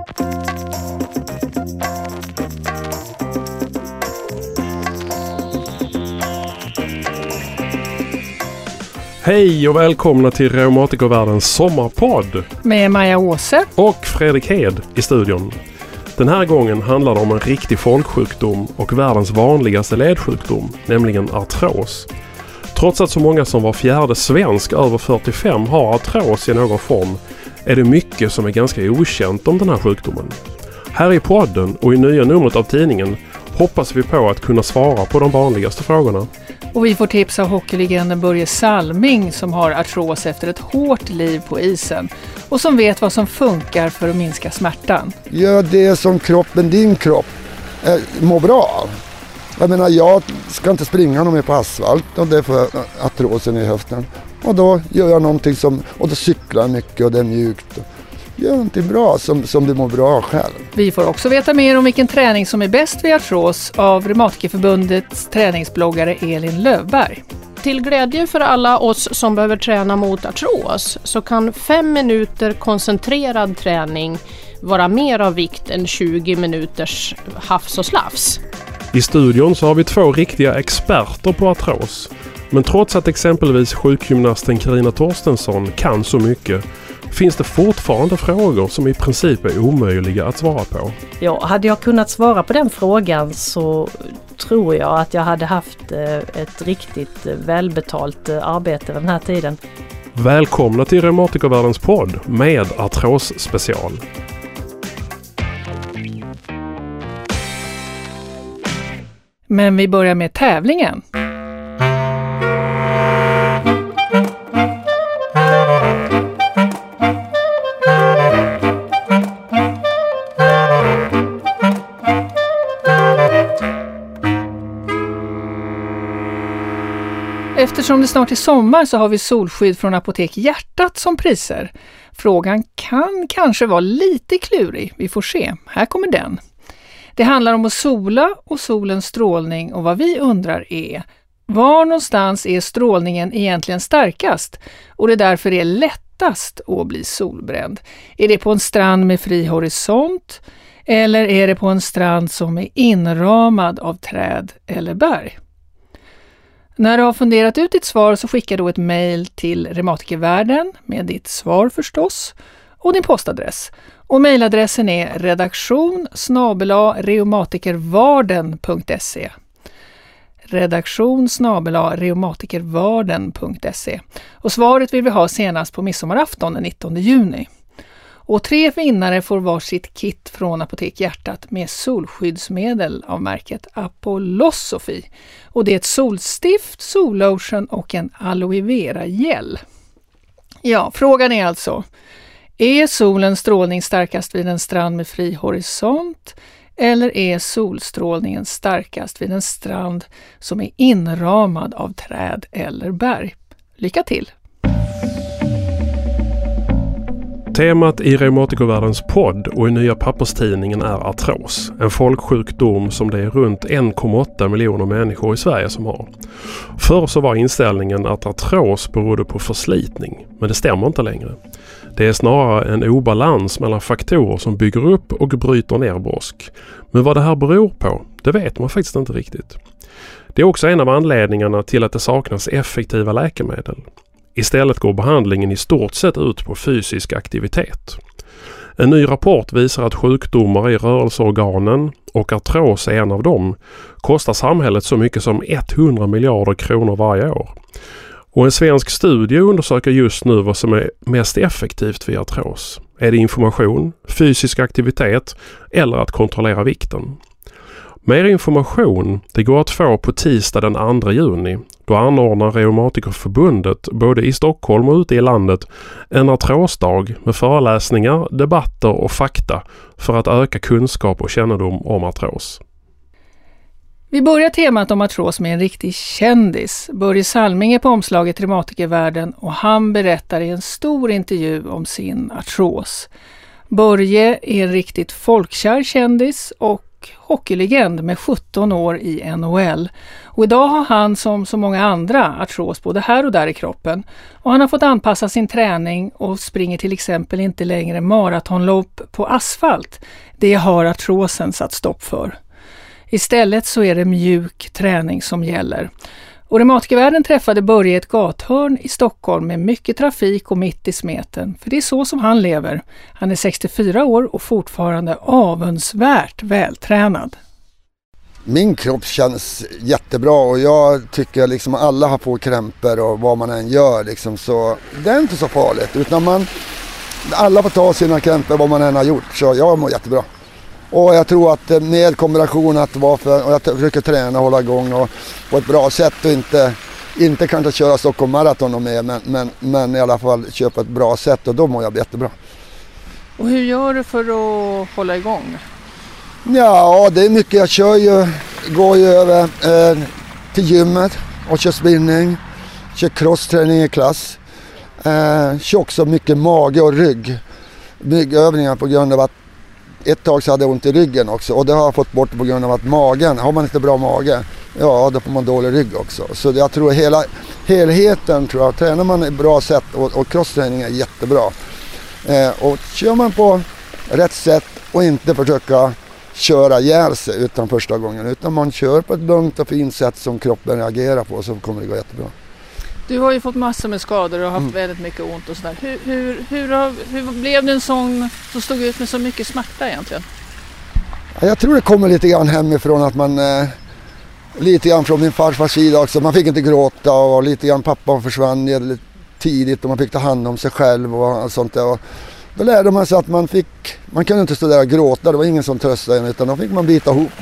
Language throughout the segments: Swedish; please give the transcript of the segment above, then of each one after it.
Hej och välkomna till Reumatikervärldens sommarpodd. Med Maja Åse och Fredrik Hed i studion. Den här gången handlar det om en riktig folksjukdom och världens vanligaste ledsjukdom, nämligen artros. Trots att så många som var fjärde svensk över 45 har artros i någon form är det mycket som är ganska okänt om den här sjukdomen. Här i podden och i nya numret av tidningen hoppas vi på att kunna svara på de vanligaste frågorna. Och vi får tips av hockeylegenden Börje Salming som har artros efter ett hårt liv på isen och som vet vad som funkar för att minska smärtan. Gör det som kroppen, din kropp, mår bra. Jag menar, jag ska inte springa någon mer på asfalt och det får artrosen i höften. Och då gör jag någonting och då cyklar mycket och det är mjukt. Gör någonting bra som du mår bra själv. Vi får också veta mer om vilken träning som är bäst vid artros av Reumatikerförbundets träningsbloggare Elin Lövberg. Till glädje för alla oss som behöver träna mot artros så kan 5 minuter koncentrerad träning vara mer av vikt än 20 minuters hafs och slafs. I studion så har vi 2 riktiga experter på artros. Men trots att exempelvis sjukgymnasten Carina Torstensson kan så mycket finns det fortfarande frågor som i princip är omöjliga att svara på. Ja, hade jag kunnat svara på den frågan så tror jag att jag hade haft ett riktigt välbetalt arbete den här tiden. Välkomna till Reumatikervärldens podd med artros special. Men vi börjar med tävlingen. Eftersom det snart är sommar så har vi solskydd från Apotek Hjärtat som priser. Frågan kan kanske vara lite klurig, vi får se. Här kommer den. Det handlar om att sola och solens strålning och vad vi undrar är: var någonstans är strålningen egentligen starkast och det därför är lättast att bli solbränd? Är det på en strand med fri horisont eller är det på en strand som är inramad av träd eller berg? När du har funderat ut ditt svar så skicka då ett mejl till Reumatikervärlden med ditt svar förstås och din postadress. Och mejladressen är redaktion@reumatikervarden.se. redaktion@reumatikervarden.se. Och svaret vill vi ha senast på midsommarafton den 19 juni. Och 3 vinnare får varsitt kit från Apotek Hjärtat med solskyddsmedel av märket Apolosophy. Och det är ett solstift, sollotion och en aloe vera gel. Ja, frågan är alltså: är solens strålning starkast vid en strand med fri horisont eller är solstrålningen starkast vid en strand som är inramad av träd eller berg? Lycka till! Temat i Reumatikervärldens podd och i nya papperstidningen är artros. En folksjukdom som det är runt 1,8 miljoner människor i Sverige som har. Förr så var inställningen att artros berodde på förslitning, men det stämmer inte längre. Det är snarare en obalans mellan faktorer som bygger upp och bryter ner brosk. Men vad det här beror på, det vet man faktiskt inte riktigt. Det är också en av anledningarna till att det saknas effektiva läkemedel. Istället går behandlingen i stort sett ut på fysisk aktivitet. En ny rapport visar att sjukdomar i rörelseorganen, och artros är en av dem, kostar samhället så mycket som 100 miljarder kronor varje år. Och en svensk studie undersöker just nu vad som är mest effektivt vid artros. Är det information, fysisk aktivitet eller att kontrollera vikten? Mer information det går att få på tisdag den 2 juni. Då anordnar Reumatikerförbundet både i Stockholm och ute i landet en artrosdag med föreläsningar, debatter och fakta för att öka kunskap och kännedom om artros. Vi börjar temat om artros med en riktig kändis. Börje Salming är på omslaget Reumatikervärlden och han berättar i en stor intervju om sin artros. Börje är en riktigt folkkär kändis och och hockeylegend med 17 år i NHL. Och idag har han som så många andra artros både här och där i kroppen. Och han har fått anpassa sin träning och springer till exempel inte längre maratonlopp på asfalt. Det har artrosen satt stopp för. Istället så är det mjuk träning som gäller. Och Reumatikervärlden träffade Börje i ett gathörn i Stockholm med mycket trafik och mitt i smeten. För det är så som han lever. Han är 64 år och fortfarande avundsvärt vältränad. Min kropp känns jättebra och jag tycker liksom alla har på krämpor och vad man än gör liksom, så det är inte så farligt. Utan alla får ta sina krämpor vad man än har gjort, så jag mår jättebra. Och jag tror att med kombination att och jag försöker träna och hålla igång och på ett bra sätt och inte kanske köra Stockholm Marathon och med, men i alla fall köpa ett bra sätt och då mår jag jättebra. Och hur gör du för att hålla igång? Ja, det är mycket. Jag går ju över till gymmet och kör spinning, kör crossträning i klass. Kör också mycket mage och rygg. Myggövningar på grund av att ett tag så hade jag ont i ryggen också och det har jag fått bort på grund av att magen, har man inte bra mage, ja då får man dålig rygg också. Så jag tror helheten, tror jag, tränar man ett bra sätt och crossträning är jättebra. Och kör man på rätt sätt och inte försöka köra ihjäl sig utan första gången, utan man kör på ett lugnt och fint sätt som kroppen reagerar på, så kommer det gå jättebra. Du har ju fått massor med skador och haft väldigt mycket ont och sådär. Hur blev det en sån som stod ut med så mycket smärta egentligen? Jag tror det kommer lite grann hemifrån, att man lite grann från min farfars sida också. Man fick inte gråta och lite grann pappa försvann tidigt och man fick ta hand om sig själv och sånt där. Och då lärde man sig att man kunde inte stå där och gråta, det var ingen som tröstade en, utan då fick man bita ihop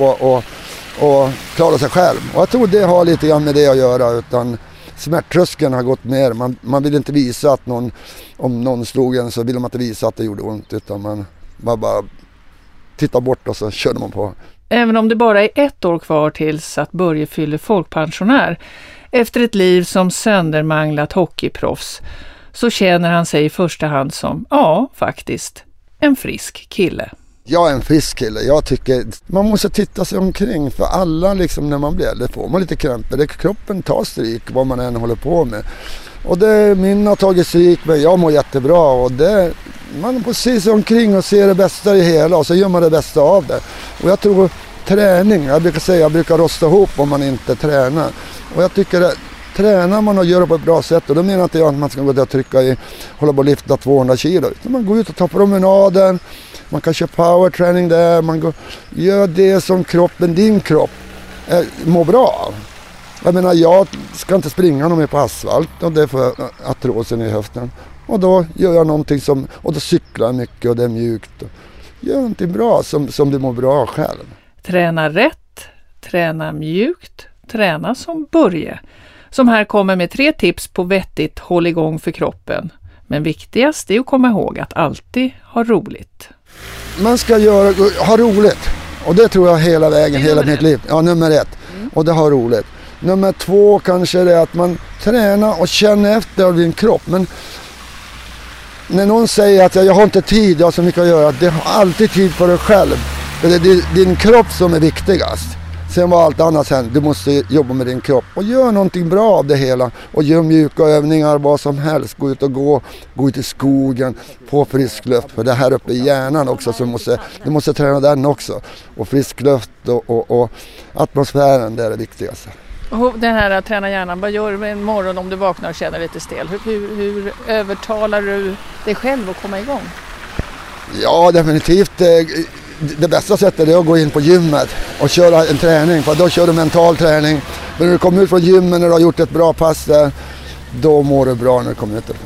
och klara sig själv. Och jag tror det har lite grann med det att göra, utan smärttröskeln har gått ner. Man vill inte visa att om någon slog en så vill man inte visa att det gjorde ont, utan man bara tittar bort och så körde man på. Även om det bara är 1 år kvar tills att Börje fyller folkpensionär efter ett liv som söndermanglat hockeyproffs, så känner han sig i första hand som, faktiskt, en frisk kille. Jag är en frisk kille. Jag tycker man måste titta sig omkring, för alla liksom, när man blir äldre får man lite krämpor. Kroppen tar stryk vad man än håller på med. Och min har tagit stryk, men jag mår jättebra. Och man får se sig omkring och se det bästa i hela, och så gör man det bästa av det. Och jag tror träning, jag brukar rosta ihop om man inte tränar. Och jag tycker att tränar man och gör det på ett bra sätt, och då menar inte jag att man ska gå där och hålla på och lyfta 200 kilo. Utan man går ut och tar promenaden, man kan köra powerträning där, gör det som din kropp mår bra av. Jag menar, jag ska inte springa någon mer på asfalt och det får artrosen i höften. Och då gör jag någonting och då cyklar jag mycket och det är mjukt. Gör någonting bra som du mår bra av själv. Träna rätt, träna mjukt, träna som Börje. Som här kommer med 3 tips på vettigt håll igång för kroppen. Men viktigast är att komma ihåg att alltid ha roligt. Man ska ha roligt. Och det tror jag hela vägen, hela mitt liv. Ja, nummer 1. Och det har roligt. Nummer 2 kanske är att man tränar och känner efter din kropp. Men när någon säger att jag har inte tid, jag har så mycket att göra. Det har alltid tid för dig själv. Det är din kropp som är viktigast. Sen var allt annat sen. Du måste jobba med din kropp och gör någonting bra av det hela. Och gör mjuka övningar, vad som helst. Gå ut och gå ut i skogen, få frisk luft. För det här uppe i hjärnan också, så du måste träna den också. Och frisk luft och atmosfären, det är det viktigaste. Och den här att träna hjärnan, vad gör du en morgon om du vaknar och känner lite stel? Hur övertalar du dig själv att komma igång? Ja, definitivt. Det bästa sättet är att gå in på gymmet och köra en träning, för då kör du mental träning. Men när du kommer ut från gymmet, när du har gjort ett bra pass där, då mår du bra när du kommer ut därifrån.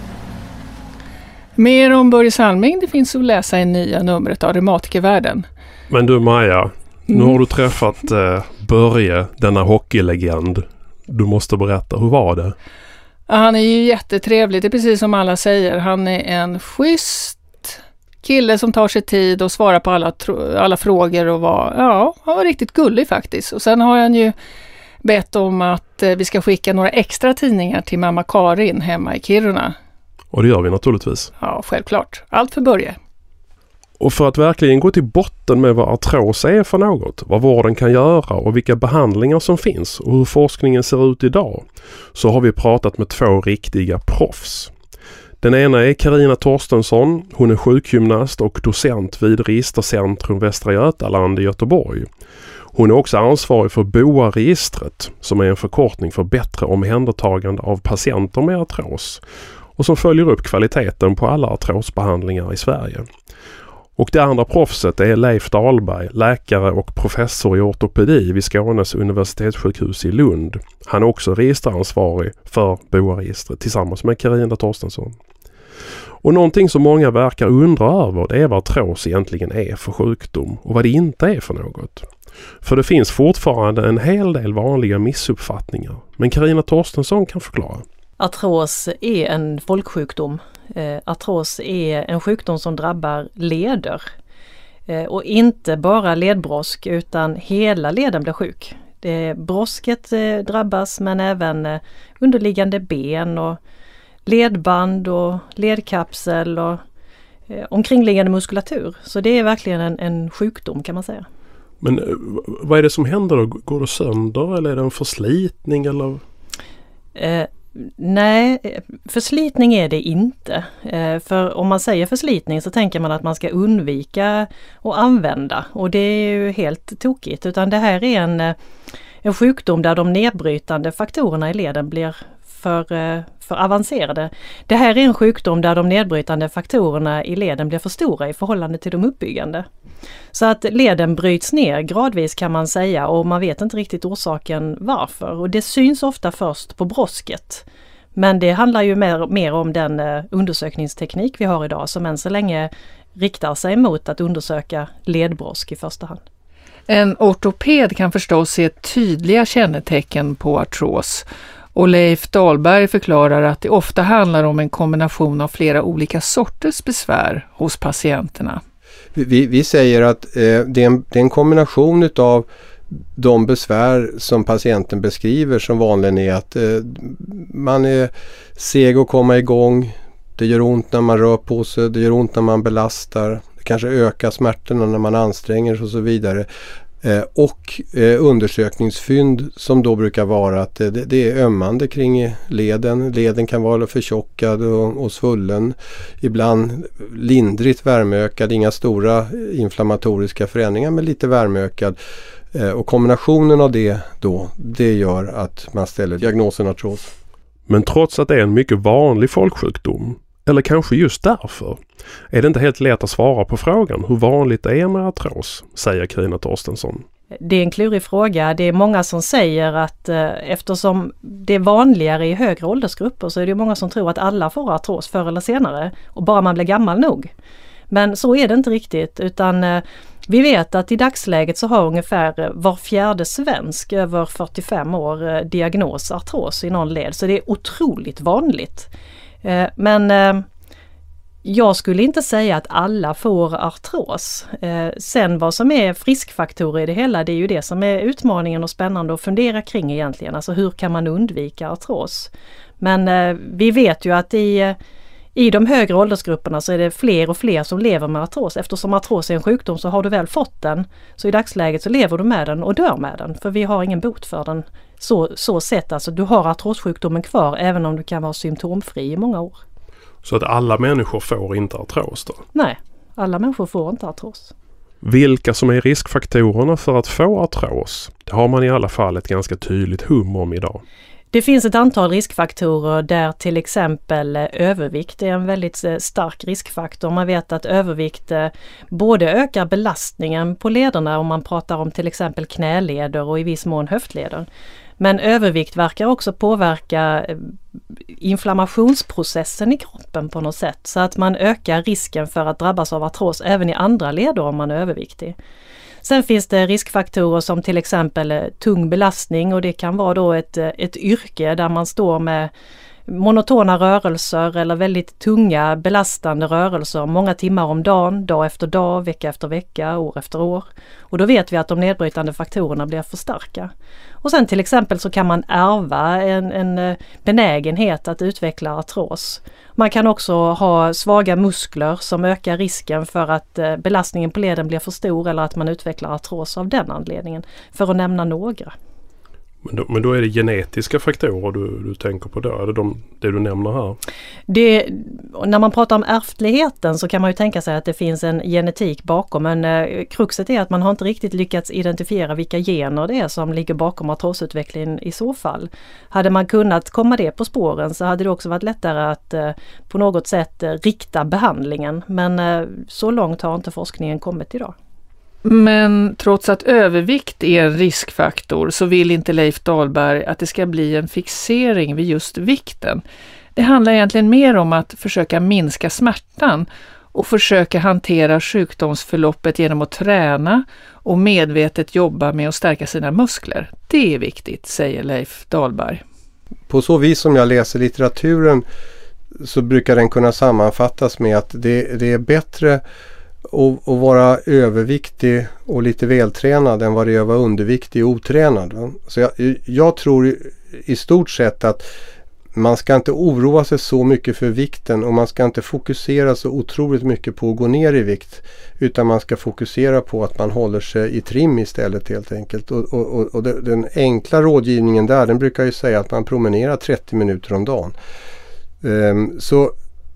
Mer om Börje Salming det finns att läsa i nya numret av Reumatikervärlden. Men du Maja, nu har du träffat Börje, denna hockeylegend. Du måste berätta, hur var det? Han är ju jättetrevlig, det är precis som alla säger. Han är en schysst kille som tar sig tid och svarar på alla frågor och han var riktigt gullig faktiskt. Och sen har han ju bett om att vi ska skicka några extra tidningar till mamma Karin hemma i Kiruna. Och det gör vi naturligtvis. Ja, självklart. Allt för Börje. Och för att verkligen gå till botten med vad artros är för något, vad vården kan göra och vilka behandlingar som finns och hur forskningen ser ut idag, så har vi pratat med 2 riktiga proffs. Den ena är Carina Torstensson. Hon är sjukgymnast och docent vid Registercentrum Västra Götaland i Göteborg. Hon är också ansvarig för BOA-registret, som är en förkortning för bättre omhändertagande av patienter med artros och som följer upp kvaliteten på alla artrosbehandlingar i Sverige. Och det andra proffset är Leif Dahlberg, läkare och professor i ortopedi vid Skånes universitetssjukhus i Lund. Han är också registeransvarig för BOA-registret tillsammans med Carina Torstensson. Och någonting som många verkar undra över, det är vad artros egentligen är för sjukdom och vad det inte är för något. För det finns fortfarande en hel del vanliga missuppfattningar, men Carina Torstensson kan förklara. Artros är en folksjukdom. Artros är en sjukdom som drabbar leder. Och inte bara ledbrosk utan hela leden blir sjuk. Brosket drabbas men även underliggande ben och ledband och ledkapsel och omkringliggande muskulatur. Så det är verkligen en sjukdom kan man säga. Men vad är det som händer då? Går det sönder eller är det en förslitning eller? Nej, förslitning är det inte. För om man säger förslitning så tänker man att man ska undvika att använda. Och det är ju helt tokigt. Utan det här är en sjukdom där de nedbrytande faktorerna i leden blir för avancerade. Det här är en sjukdom där de nedbrytande faktorerna i leden blir för stora i förhållande till de uppbyggande. Så att leden bryts ner gradvis kan man säga och man vet inte riktigt orsaken varför. Och det syns ofta först på brosket. Men det handlar ju mer om den undersökningsteknik vi har idag som än så länge riktar sig mot att undersöka ledbrosk i första hand. En ortoped kan förstås se tydliga kännetecken på artros. Och Leif Dahlberg förklarar att det ofta handlar om en kombination av flera olika sorters besvär hos patienterna. Vi säger att det är en kombination av de besvär som patienten beskriver som vanligen är att man är seg att komma igång, det gör ont när man rör på sig, det gör ont när man belastar, det kanske ökar smärtorna när man anstränger sig och så vidare. Och undersökningsfynd som då brukar vara att det är ömmande kring leden. Leden kan vara förtjockad och svullen. Ibland lindrigt värmeökad, inga stora inflammatoriska förändringar men lite värmeökad. Och kombinationen av det gör att man ställer diagnosen artros. Men trots att det är en mycket vanlig folksjukdom, eller kanske just därför, är det inte helt lätt att svara på frågan hur vanligt det är med artros, säger Carina Torstensson. Det är en klurig fråga. Det är många som säger att eftersom det är vanligare i högre åldersgrupper så är det många som tror att alla får artros förr eller senare och bara man blir gammal nog. Men så är det inte riktigt utan vi vet att i dagsläget så har ungefär var fjärde svensk över 45 år diagnos artros i någon led så det är otroligt vanligt. Men jag skulle inte säga att alla får artros. Sen vad som är friskfaktorer i det hela, det är ju det som är utmaningen och spännande att fundera kring egentligen. Alltså hur kan man undvika artros? Men vi vet ju att i de högre åldersgrupperna så är det fler och fler som lever med artros. Eftersom artros är en sjukdom så har du väl fått den. Så i dagsläget så lever du med den och dör med den. För vi har ingen bot för den. Så sett alltså, du har artrossjukdomen kvar även om du kan vara symptomfri i många år. Så att alla människor får inte artros då? Nej, alla människor får inte artros. Vilka som är riskfaktorerna för att få artros, det har man i alla fall ett ganska tydligt hum om idag. Det finns ett antal riskfaktorer där till exempel övervikt är en väldigt stark riskfaktor. Man vet att övervikt både ökar belastningen på lederna om man pratar om till exempel knäleder och i viss mån höftleder. Men övervikt verkar också påverka inflammationsprocessen i kroppen på något sätt så att man ökar risken för att drabbas av artros även i andra leder om man är överviktig. Sen finns det riskfaktorer som till exempel tung belastning och det kan vara då ett yrke där man står med monotona rörelser eller väldigt tunga belastande rörelser många timmar om dagen, dag efter dag, vecka efter vecka, år efter år. Och då vet vi att de nedbrytande faktorerna blir för starka. Och sen till exempel så kan man ärva en benägenhet att utveckla artros. Man kan också ha svaga muskler som ökar risken för att belastningen på leden blir för stor eller att man utvecklar artros av den anledningen, för att nämna några. Men då är det genetiska faktorer du tänker på då? Är det det du nämner här? När man pratar om ärftligheten så kan man ju tänka sig att det finns en genetik bakom, men kruxet är att man har inte riktigt lyckats identifiera vilka gener det är som ligger bakom artrosutvecklingen i så fall. Hade man kunnat komma det på spåren så hade det också varit lättare att på något sätt rikta behandlingen, men så långt har inte forskningen kommit idag. Men trots att övervikt är en riskfaktor så vill inte Leif Dahlberg att det ska bli en fixering vid just vikten. Det handlar egentligen mer om att försöka minska smärtan och försöka hantera sjukdomsförloppet genom att träna och medvetet jobba med att stärka sina muskler. Det är viktigt, säger Leif Dahlberg. På så vis som jag läser litteraturen så brukar den kunna sammanfattas med att det är bättre att vara överviktig och lite vältränad än vad det är att vara underviktig och otränad. Så jag tror i stort sett att man ska inte oroa sig så mycket för vikten och man ska inte fokusera så otroligt mycket på att gå ner i vikt, utan man ska fokusera på att man håller sig i trim istället helt enkelt. Och den enkla rådgivningen där, den brukar ju säga att man promenerar 30 minuter om dagen. Så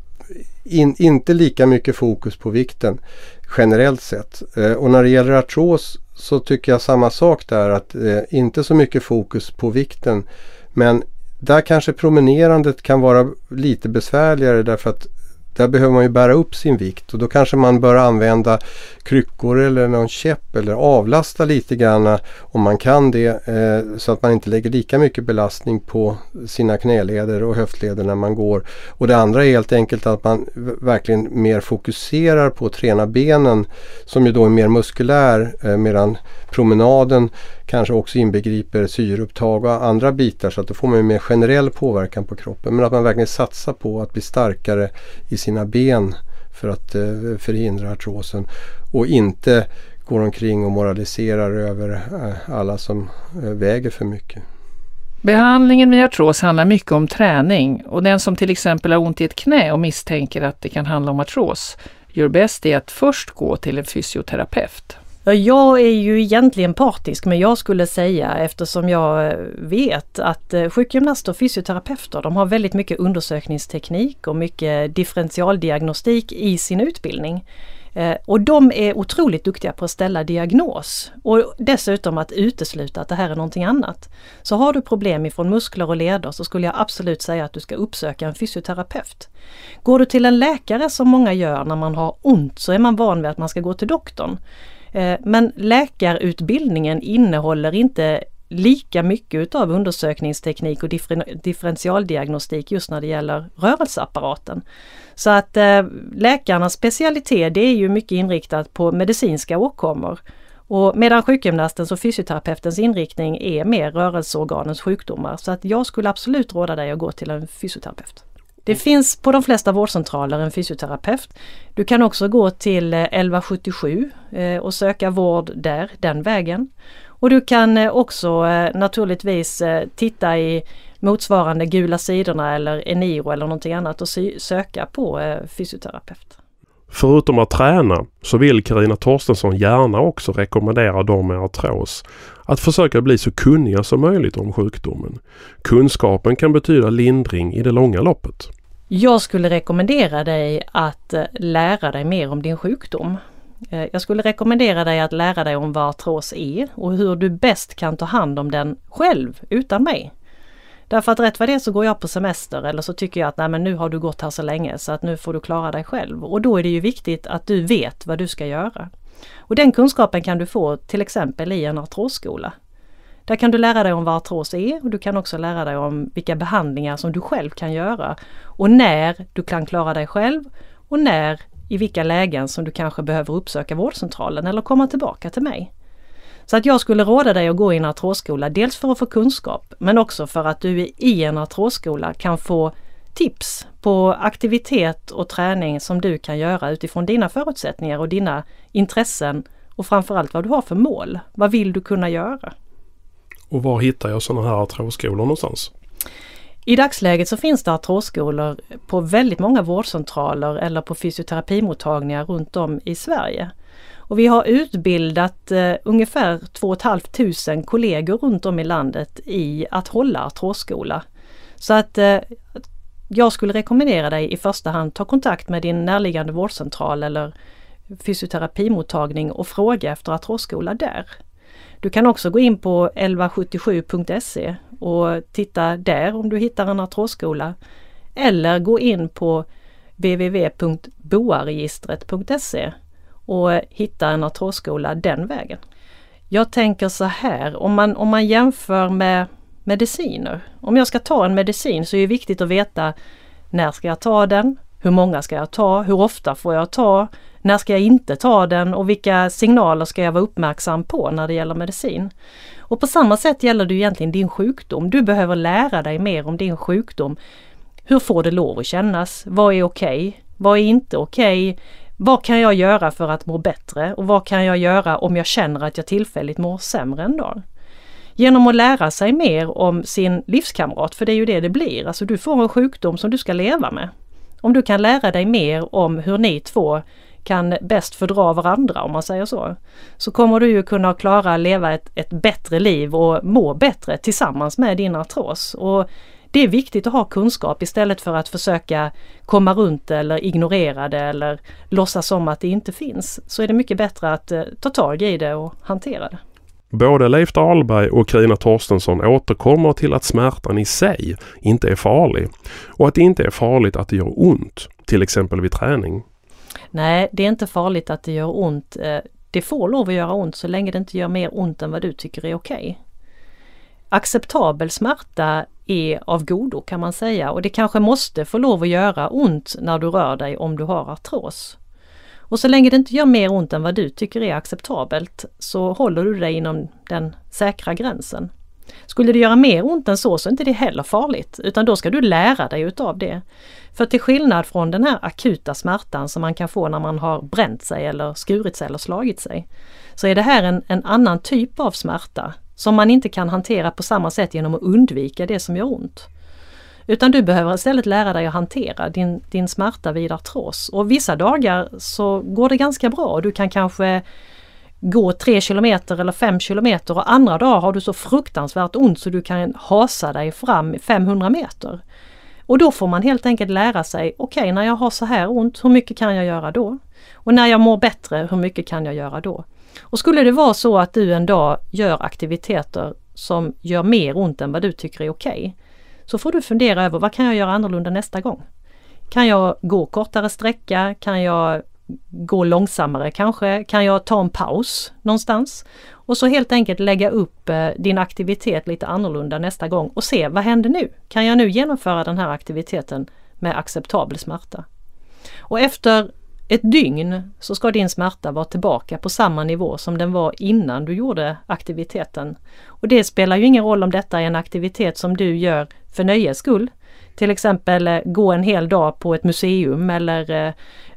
inte lika mycket fokus på vikten generellt sett. Och när det gäller artros så tycker jag samma sak där, att inte så mycket fokus på vikten, men där kanske promenerandet kan vara lite besvärligare därför att där behöver man ju bära upp sin vikt och då kanske man bör använda kryckor eller någon käpp eller avlasta lite grann om man kan det, så att man inte lägger lika mycket belastning på sina knäleder och höftleder när man går. Och det andra är helt enkelt att man verkligen mer fokuserar på att träna benen som ju då är mer muskulär, medan promenaden kanske också inbegriper syreupptag och andra bitar, så att då får man ju mer generell påverkan på kroppen. Men att man verkligen satsar på att bli starkare i sina ben för att förhindra artrosen och inte går omkring och moraliserar över alla som väger för mycket. Behandlingen vid artros handlar mycket om träning, och den som till exempel har ont i ett knä och misstänker att det kan handla om artros gör bäst i att först gå till en fysioterapeut. Jag är ju egentligen partisk, men jag skulle säga, eftersom jag vet att sjukgymnaster och fysioterapeuter, de har väldigt mycket undersökningsteknik och mycket differentialdiagnostik i sin utbildning. Och de är otroligt duktiga på att ställa diagnos och dessutom att utesluta att det här är någonting annat. Så har du problem ifrån muskler och leder så skulle jag absolut säga att du ska uppsöka en fysioterapeut. Går du till en läkare, som många gör när man har ont, så är man van vid att man ska gå till doktorn. Men läkarutbildningen innehåller inte lika mycket av undersökningsteknik och differentialdiagnostik just när det gäller rörelseapparaten. Så att läkarnas specialitet, det är ju mycket inriktat på medicinska åkommor. Och medan sjukgymnastens och fysioterapeutens inriktning är mer rörelseorganens sjukdomar. Så att jag skulle absolut råda dig att gå till en fysioterapeut. Det finns på de flesta vårdcentraler en fysioterapeut. Du kan också gå till 1177 och söka vård där, den vägen. Och du kan också naturligtvis titta i motsvarande Gula sidorna eller Eniro eller någonting annat och söka på fysioterapeut. Förutom att träna så vill Carina Torstensson gärna också rekommendera dem med artros att försöka bli så kunniga som möjligt om sjukdomen. Kunskapen kan betyda lindring i det långa loppet. Jag skulle rekommendera dig att lära dig mer om din sjukdom. Jag skulle rekommendera dig att lära dig om vad artros är och hur du bäst kan ta hand om den själv utan mig. Därför att rätt vad det är så går jag på semester, eller så tycker jag att nej, men nu har du gått här så länge så att nu får du klara dig själv. Och då är det ju viktigt att du vet vad du ska göra. Och den kunskapen kan du få till exempel i en artrosskola. Där kan du lära dig om vad artros är och du kan också lära dig om vilka behandlingar som du själv kan göra. Och när du kan klara dig själv och i vilka lägen som du kanske behöver uppsöka vårdcentralen eller komma tillbaka till mig. Så att jag skulle råda dig att gå i en artrosskola, dels för att få kunskap men också för att du i en artrosskola kan få tips på aktivitet och träning som du kan göra utifrån dina förutsättningar och dina intressen och framförallt vad du har för mål. Vad vill du kunna göra? Och var hittar jag sådana här artrosskolor någonstans? I dagsläget så finns det artrosskolor på väldigt många vårdcentraler eller på fysioterapimottagningar runt om i Sverige. Och vi har utbildat ungefär 2 500 kollegor runt om i landet i att hålla artrosskola. Så att jag skulle rekommendera dig i första hand ta kontakt med din närliggande vårdcentral eller fysioterapimottagning och fråga efter artrosskola där. Du kan också gå in på 1177.se och titta där om du hittar en artrosskola. Eller gå in på www.boaregistret.se och hitta en artrosskola den vägen. Jag tänker så här, om man jämför med mediciner. Om jag ska ta en medicin så är det viktigt att veta när ska jag ta den, hur många ska jag ta, hur ofta får jag ta, när ska jag inte ta den och vilka signaler ska jag vara uppmärksam på när det gäller medicin. Och på samma sätt gäller det egentligen din sjukdom. Du behöver lära dig mer om din sjukdom. Hur får det lov att kännas? Vad är okej? Vad är inte okej? Vad kan jag göra för att må bättre? Och vad kan jag göra om jag känner att jag tillfälligt mår sämre en dag? Genom att lära sig mer om sin livskamrat, för det är ju det blir. Alltså du får en sjukdom som du ska leva med. Om du kan lära dig mer om hur ni två kan bäst fördra varandra, om man säger så kommer du ju kunna klara att leva ett bättre liv och må bättre tillsammans med din artros. Och det är viktigt att ha kunskap istället för att försöka komma runt det eller ignorera det eller låtsas som att det inte finns. Så är det mycket bättre att ta tag i det och hantera det. Både Leif Dahlberg och Carina Torstensson återkommer till att smärtan i sig inte är farlig och att det inte är farligt att det gör ont, till exempel vid träning. Nej, det är inte farligt att det gör ont. Det får lov att göra ont så länge det inte gör mer ont än vad du tycker är okej. Acceptabel smärta är av godo kan man säga och det kanske måste få lov att göra ont när du rör dig om du har artros. Och så länge det inte gör mer ont än vad du tycker är acceptabelt så håller du dig inom den säkra gränsen. Skulle det göra mer ont än så är inte det heller farligt utan då ska du lära dig utav det. För till skillnad från den här akuta smärtan som man kan få när man har bränt sig eller skurit sig eller slagit sig så är det här en annan typ av smärta som man inte kan hantera på samma sätt genom att undvika det som gör ont. Utan du behöver istället lära dig att hantera din smärta vid artros. Och vissa dagar så går det ganska bra. Du kan kanske gå 3 kilometer eller 5 kilometer och andra dagar har du så fruktansvärt ont så du kan hasa dig fram 500 meter. Och då får man helt enkelt lära sig, okej, när jag har så här ont, hur mycket kan jag göra då? Och när jag mår bättre, hur mycket kan jag göra då? Och skulle det vara så att du en dag gör aktiviteter som gör mer ont än vad du tycker är okej, så får du fundera över vad kan jag göra annorlunda nästa gång? Kan jag gå kortare sträcka? Kan jag gå långsammare kanske? Kan jag ta en paus någonstans? Och så helt enkelt lägga upp din aktivitet lite annorlunda nästa gång och se vad händer nu? Kan jag nu genomföra den här aktiviteten med acceptabel smärta? Och efter ett dygn så ska din smärta vara tillbaka på samma nivå som den var innan du gjorde aktiviteten. Och det spelar ju ingen roll om detta är en aktivitet som du gör för nöjes skull. Till exempel gå en hel dag på ett museum eller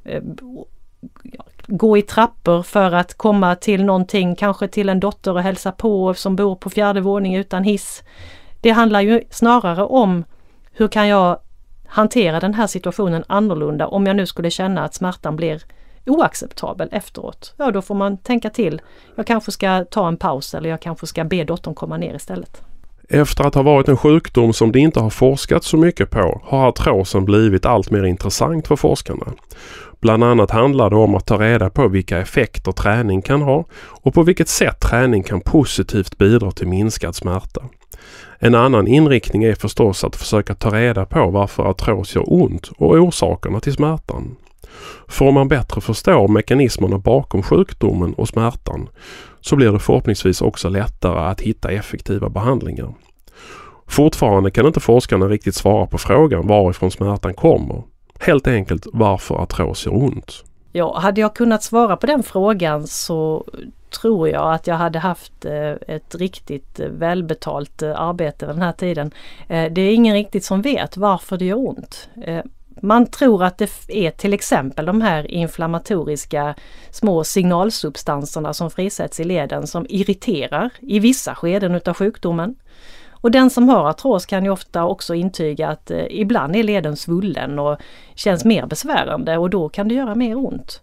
gå i trappor för att komma till någonting, kanske till en dotter och hälsa på som bor på 4:e våningen utan hiss. Det handlar ju snarare om hur kan jag hantera den här situationen annorlunda om jag nu skulle känna att smärtan blir oacceptabel efteråt. Ja, då får man tänka till. Jag kanske ska ta en paus eller jag kanske ska be dottern komma ner istället. Efter att ha varit en sjukdom som det inte har forskat så mycket på har artrosen blivit allt mer intressant för forskarna. Bland annat handlar det om att ta reda på vilka effekter träning kan ha och på vilket sätt träning kan positivt bidra till minskad smärta. En annan inriktning är förstås att försöka ta reda på varför artros gör ont och orsakerna till smärtan. För om man bättre förstår mekanismerna bakom sjukdomen och smärtan så blir det förhoppningsvis också lättare att hitta effektiva behandlingar. Fortfarande kan inte forskarna riktigt svara på frågan varifrån smärtan kommer. Helt enkelt varför artros gör ont. Ja, hade jag kunnat svara på den frågan så tror jag att jag hade haft ett riktigt välbetalt arbete den här tiden. Det är ingen riktigt som vet varför det gör ont. Man tror att det är till exempel de här inflammatoriska små signalsubstanserna som frisätts i leden som irriterar i vissa skeden utav sjukdomen. Och den som har artros kan ju ofta också intyga att ibland är leden svullen och känns mer besvärande och då kan det göra mer ont.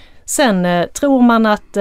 Sen tror man att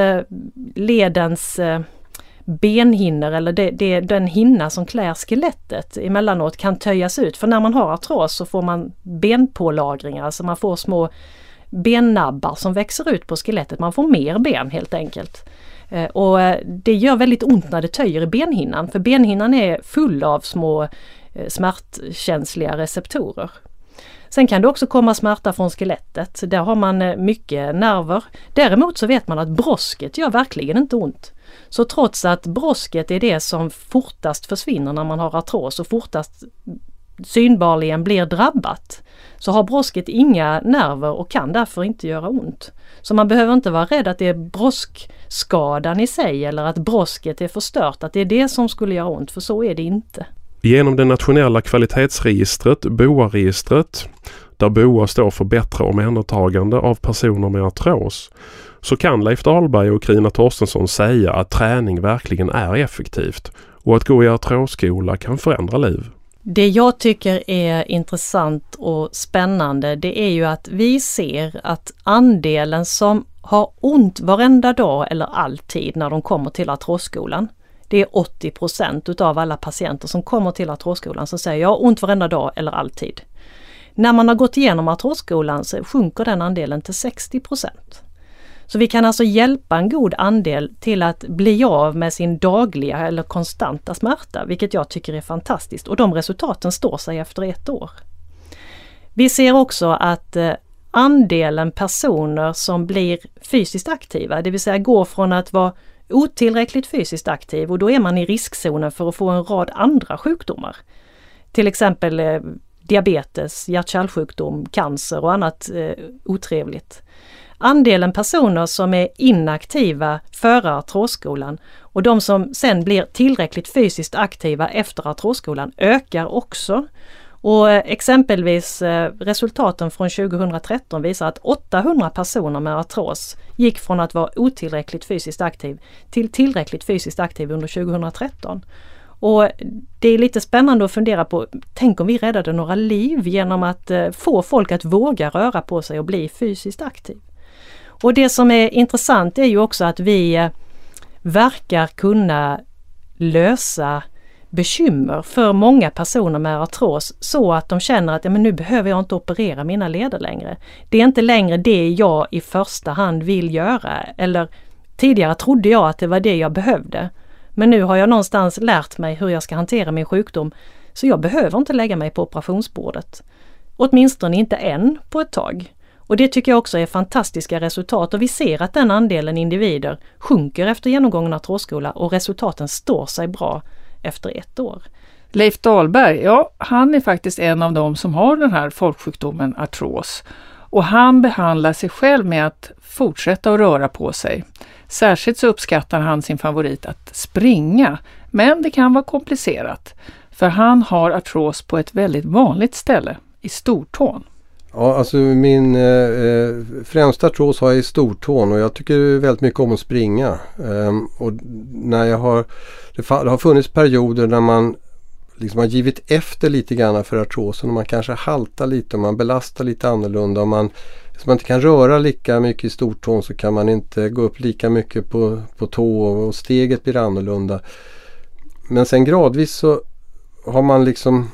ledens benhinnor eller den hinna som klär skelettet emellanåt kan töjas ut. För när man har artros så får man benpålagringar, alltså man får små bennabbar som växer ut på skelettet. Man får mer ben helt enkelt. Och det gör väldigt ont när det töjer i benhinnan, för benhinnan är full av små smärtkänsliga receptorer. Sen kan det också komma smärta från skelettet. Där har man mycket nerver. Däremot så vet man att brosket gör verkligen inte ont. Så trots att brosket är det som fortast försvinner när man har artros och fortast synbarligen blir drabbat, så har brosket inga nerver och kan därför inte göra ont. Så man behöver inte vara rädd att det är broskskadan i sig eller att brosket är förstört, att det är det som skulle göra ont, för så är det inte. Genom det nationella kvalitetsregistret, BOA-registret, där BOA står för bättre omhändertagande av personer med artros, så kan Leif Dahlberg och Carina Torstensson säga att träning verkligen är effektivt och att gå i artrosskola kan förändra liv. Det jag tycker är intressant och spännande, det är ju att vi ser att andelen som har ont varenda dag eller alltid när de kommer till artrosskolan, det är 80% utav alla patienter som kommer till artrosskolan som säger jag har ont varenda dag eller alltid. När man har gått igenom artrosskolan så sjunker den andelen till 60%. Så vi kan alltså hjälpa en god andel till att bli av med sin dagliga eller konstanta smärta, vilket jag tycker är fantastiskt. Och de resultaten står sig efter 1 år. Vi ser också att andelen personer som blir fysiskt aktiva, det vill säga går från att vara otillräckligt fysiskt aktiv, och då är man i riskzonen för att få en rad andra sjukdomar. Till exempel diabetes, hjärt-kärlsjukdom, cancer och annat otrevligt. Andelen personer som är inaktiva före artrosskolan och de som sen blir tillräckligt fysiskt aktiva efter artrosskolan ökar också. Och exempelvis resultaten från 2013 visar att 800 personer med artros gick från att vara otillräckligt fysiskt aktiv till tillräckligt fysiskt aktiv under 2013. Och det är lite spännande att fundera på, tänk om vi räddade några liv genom att få folk att våga röra på sig och bli fysiskt aktiv. Och det som är intressant är ju också att vi verkar kunna lösa bekymmer för många personer med artros så att de känner att men nu behöver jag inte operera mina leder längre. Det är inte längre det jag i första hand vill göra, eller tidigare trodde jag att det var det jag behövde. Men nu har jag någonstans lärt mig hur jag ska hantera min sjukdom, så jag behöver inte lägga mig på operationsbordet. Åtminstone inte än på ett tag. Och det tycker jag också är fantastiska resultat, och vi ser att den andelen individer sjunker efter genomgången artrosskola och resultaten står sig bra efter 1 år. Leif Dahlberg, ja, han är faktiskt en av dem som har den här folksjukdomen artros. Och han behandlar sig själv med att fortsätta att röra på sig. Särskilt så uppskattar han sin favorit att springa, men det kan vara komplicerat. För han har artros på ett väldigt vanligt ställe, i stortån. Ja, alltså min främsta artros har jag i stortån och jag tycker väldigt mycket om att springa. Och när det har funnits perioder när man liksom har givit efter lite grann för artrosen och man kanske haltar lite och man belastar lite annorlunda. Om man inte kan röra lika mycket i stortån så kan man inte gå upp lika mycket på tå och steget blir annorlunda. Men sen gradvis så har man liksom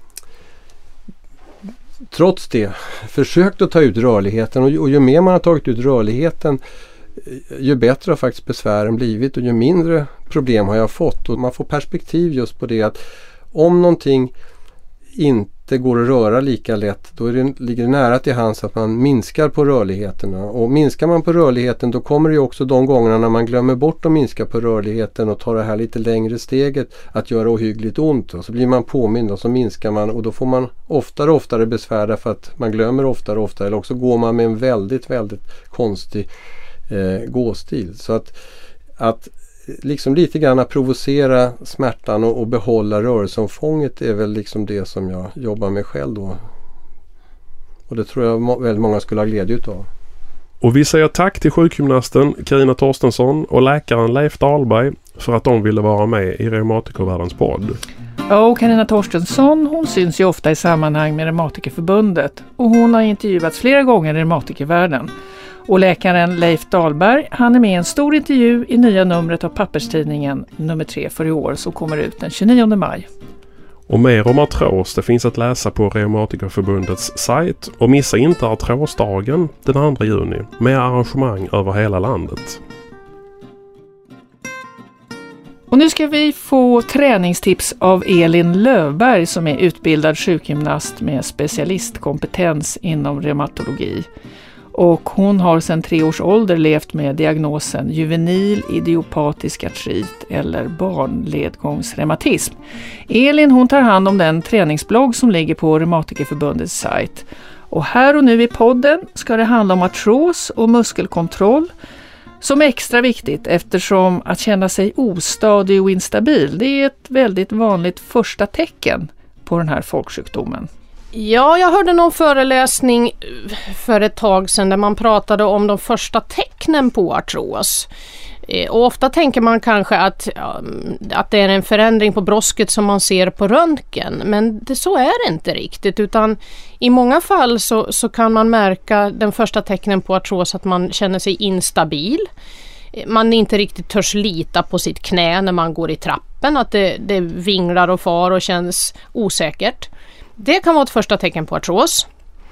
trots det försökt att ta ut rörligheten, och ju mer man har tagit ut rörligheten ju bättre har faktiskt besvären blivit och ju mindre problem har jag fått. Och man får perspektiv just på det att om någonting inte går att röra lika lätt, då ligger det nära till hands att man minskar på rörligheterna. Och minskar man på rörligheten, då kommer det ju också de gångerna när man glömmer bort att minska på rörligheten och tar det här lite längre steget att göra ohyggligt ont. Och så blir man påmind och så minskar man, och då får man oftare besvär därför att man glömmer oftare, eller också går man med en väldigt, väldigt konstig gåstil. Så att att liksom lite grann provocera smärtan och behålla rörelseomfånget är väl liksom det som jag jobbar med själv då. Och det tror jag väldigt många skulle ha glädje utav. Och vi säger tack till sjukgymnasten Carina Torstensson och läkaren Leif Dahlberg för att de ville vara med i Reumatikervärldens podd. Och Carina Torstensson, hon syns ju ofta i sammanhang med Reumatikerförbundet och hon har intervjuats flera gånger i reumatikervärlden. Och läkaren Leif Dahlberg, han är med i en stor intervju i nya numret av papperstidningen nummer 3 för i år som kommer ut den 29 maj. Och mer om artros det finns att läsa på Reumatikerförbundets sajt och missa inte artrosdagen den 2 juni med arrangemang över hela landet. Och nu ska vi få träningstips av Elin Lövberg som är utbildad sjukgymnast med specialistkompetens inom reumatologi. Och hon har sedan 3 års ålder levt med diagnosen juvenil idiopatisk artrit eller barnledgångsreumatism. Elin hon tar hand om den träningsblogg som ligger på Reumatikerförbundets sajt. Och här och nu i podden ska det handla om artros och muskelkontroll som är extra viktigt eftersom att känna sig ostadig och instabil det är ett väldigt vanligt första tecken på den här folksjukdomen. Ja, jag hörde någon föreläsning för ett tag sedan där man pratade om de första tecknen på artros. Och ofta tänker man kanske att det är en förändring på brosket som man ser på röntgen. Men så är det inte riktigt, utan i många fall så kan man märka den första tecknen på artros att man känner sig instabil. Man inte riktigt törs lita på sitt knä när man går i trappen, att det vinglar och far och känns osäkert. Det kan vara ett första tecken på artros.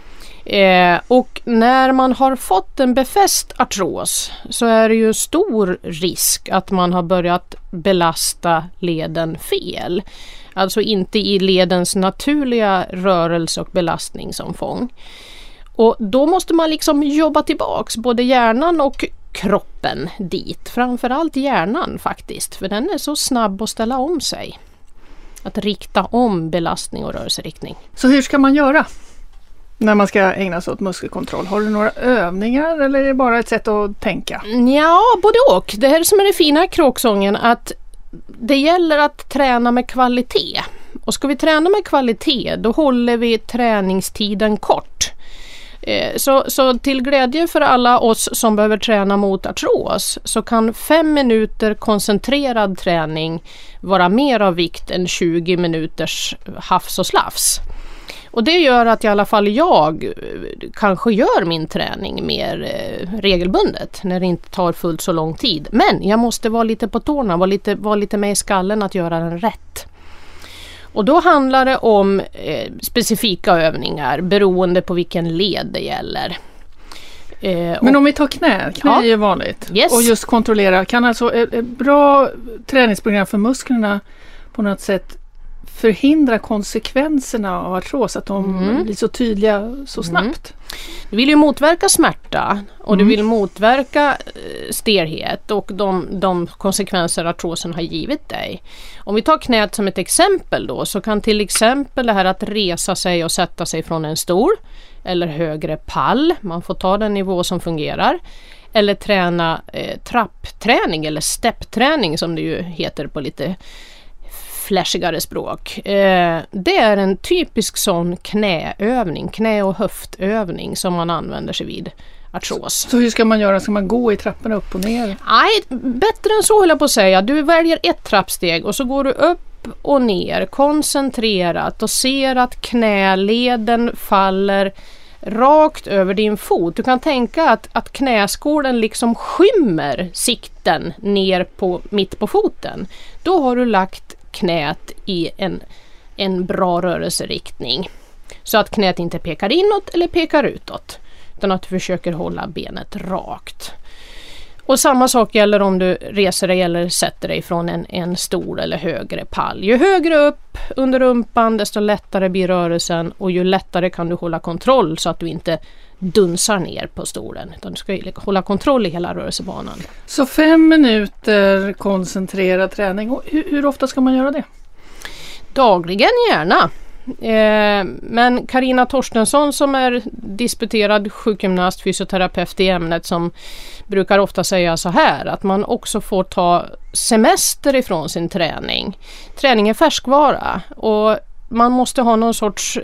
Och när man har fått en befäst artros så är det ju stor risk att man har börjat belasta leden fel. Alltså inte i ledens naturliga rörelse och belastningsomfång. Och då måste man liksom jobba tillbaks både hjärnan och kroppen dit. Framförallt hjärnan faktiskt, för den är så snabb att ställa om sig. Att rikta om belastning och rörelseriktning. Så hur ska man göra när man ska ägna sig åt muskelkontroll? Har du några övningar eller är det bara ett sätt att tänka? Ja, både och. Det här som är det fina i kråksången, att det gäller att träna med kvalitet. Och ska vi träna med kvalitet, då håller vi träningstiden kort. Så till glädje för alla oss som behöver träna mot artros så kan 5 minuter koncentrerad träning vara mer av vikt än 20 minuters hafs och slafs. Och det gör att i alla fall jag kanske gör min träning mer regelbundet när det inte tar fullt så lång tid. Men jag måste vara lite på tårna, vara lite med i skallen att göra den rätt. Och då handlar det om specifika övningar beroende på vilken led det gäller. Men om vi tar knä är ju vanligt. Yes. Och just kontrollera, kan alltså ett bra träningsprogram för musklerna på något sätt förhindra konsekvenserna av artros, att de blir så tydliga så snabbt? Du vill ju motverka smärta och du vill motverka stelhet och de konsekvenser artrosen har givit dig. Om vi tar knät som ett exempel då, så kan till exempel det här att resa sig och sätta sig från en stol eller högre pall, man får ta den nivå som fungerar, eller träna trappträning eller steppträning som det ju heter på lite flashigare språk. Det är en typisk sån knäövning, knä- och höftövning som man använder sig vid artros. Så hur ska man göra? Ska man gå i trapporna upp och ner? Nej, bättre än så håller jag på att säga. Du väljer ett trappsteg och så går du upp och ner koncentrerat och ser att knäleden faller rakt över din fot. Du kan tänka att knäskålen liksom skymmer sikten ner på mitt på foten. Då har du lagt knät i en bra rörelseriktning. Så att knät inte pekar inåt eller pekar utåt. Utan att du försöker hålla benet rakt. Och samma sak gäller om du reser dig eller sätter dig från en stol eller högre pall. Ju högre upp under rumpan desto lättare blir rörelsen och ju lättare kan du hålla kontroll så att du inte dunsar ner på stolen. Utan du ska hålla kontroll i hela rörelsebanan. Så 5 minuter koncentrerad träning. Och hur ofta ska man göra det? Dagligen gärna. Men Carina Torstensson som är disputerad sjukgymnast, fysioterapeut i ämnet, som brukar ofta säga så här att man också får ta semester ifrån sin träning. Träning är färskvara och man måste ha någon sorts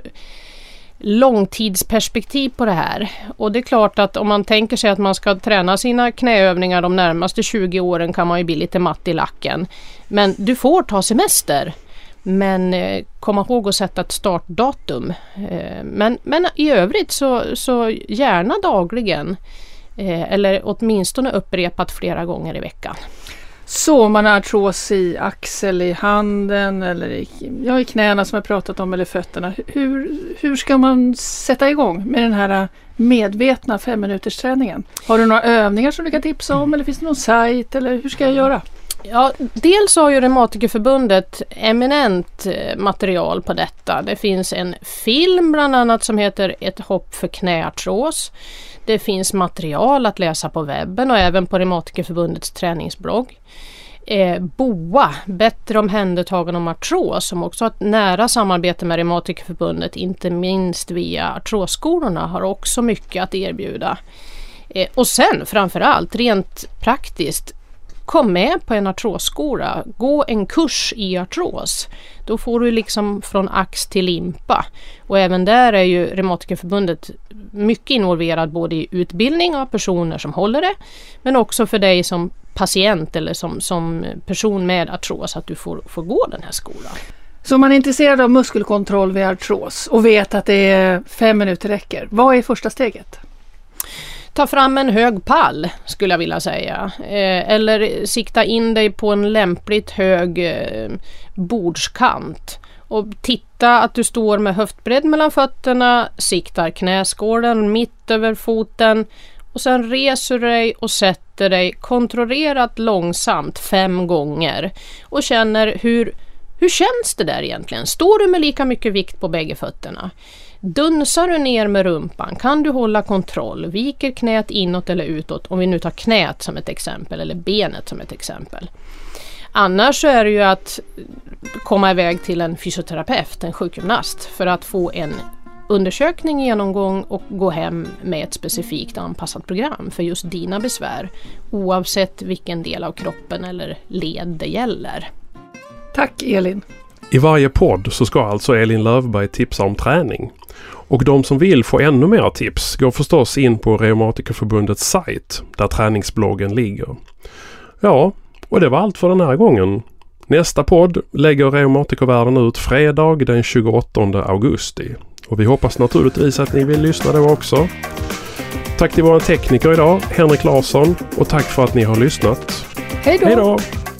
långtidsperspektiv på det här. Och det är klart att om man tänker sig att man ska träna sina knäövningar de närmaste 20 åren kan man ju bli lite matt i lacken. Men du får ta semester. Men kom ihåg att sätta ett startdatum. Men i övrigt så gärna dagligen. Eller åtminstone upprepat flera gånger i veckan. Så man har artros i axel, i handen eller i knäna som jag pratat om, eller fötterna. Hur ska man sätta igång med den här medvetna 5-minuters träningen? Har du några övningar som du kan tipsa om eller finns det någon sajt eller hur ska jag göra? Ja, dels har ju Reumatikerförbundet eminent material på detta. Det finns en film bland annat som heter Ett hopp för knäartros. Det finns material att läsa på webben och även på Reumatikerförbundets träningsblogg. BOA, bättre omhändertagande om artros, som också har ett nära samarbete med Reumatikerförbundet, inte minst via artrosskolorna, har också mycket att erbjuda. Och sen framförallt rent praktiskt, kom med på en artrosskola, gå en kurs i artros. Då får du liksom från ax till limpa. Och även där är ju Reumatikerförbundet mycket involverad både i utbildning av personer som håller det, men också för dig som patient eller som person med artros att du får gå den här skolan. Så om man är intresserad av muskelkontroll vid artros och vet att det är 5 minuter räcker, vad är första steget? Ta fram en hög pall skulle jag vilja säga. Eller sikta in dig på en lämpligt hög bordskant. Och titta att du står med höftbredd mellan fötterna, siktar knäskålen mitt över foten. Och sen reser du dig och sätter dig kontrollerat långsamt 5 gånger. Och känner hur känns det där egentligen? Står du med lika mycket vikt på bägge fötterna? Dunsar du ner med rumpan? Kan du hålla kontroll? Viker knät inåt eller utåt? Om vi nu tar knät som ett exempel eller benet som ett exempel. Annars så är det ju att komma iväg till en fysioterapeut, en sjukgymnast, för att få en undersökning, genomgång och gå hem med ett specifikt anpassat program för just dina besvär, oavsett vilken del av kroppen eller led det gäller. Tack Elin. I varje podd så ska alltså Elin Löfberg tipsa om träning. Och de som vill få ännu mer tips går förstås in på Reumatikerförbundets sajt där träningsbloggen ligger. Ja, och det var allt för den här gången. Nästa podd lägger Reumatikervärlden ut fredag den 28 augusti. Och vi hoppas naturligtvis att ni vill lyssna då också. Tack till våra tekniker idag, Henrik Larsson, och tack för att ni har lyssnat. Hej då! Hej då!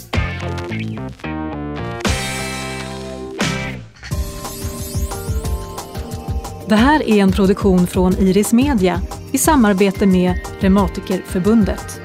Det här är en produktion från Iris Media i samarbete med Reumatikerförbundet.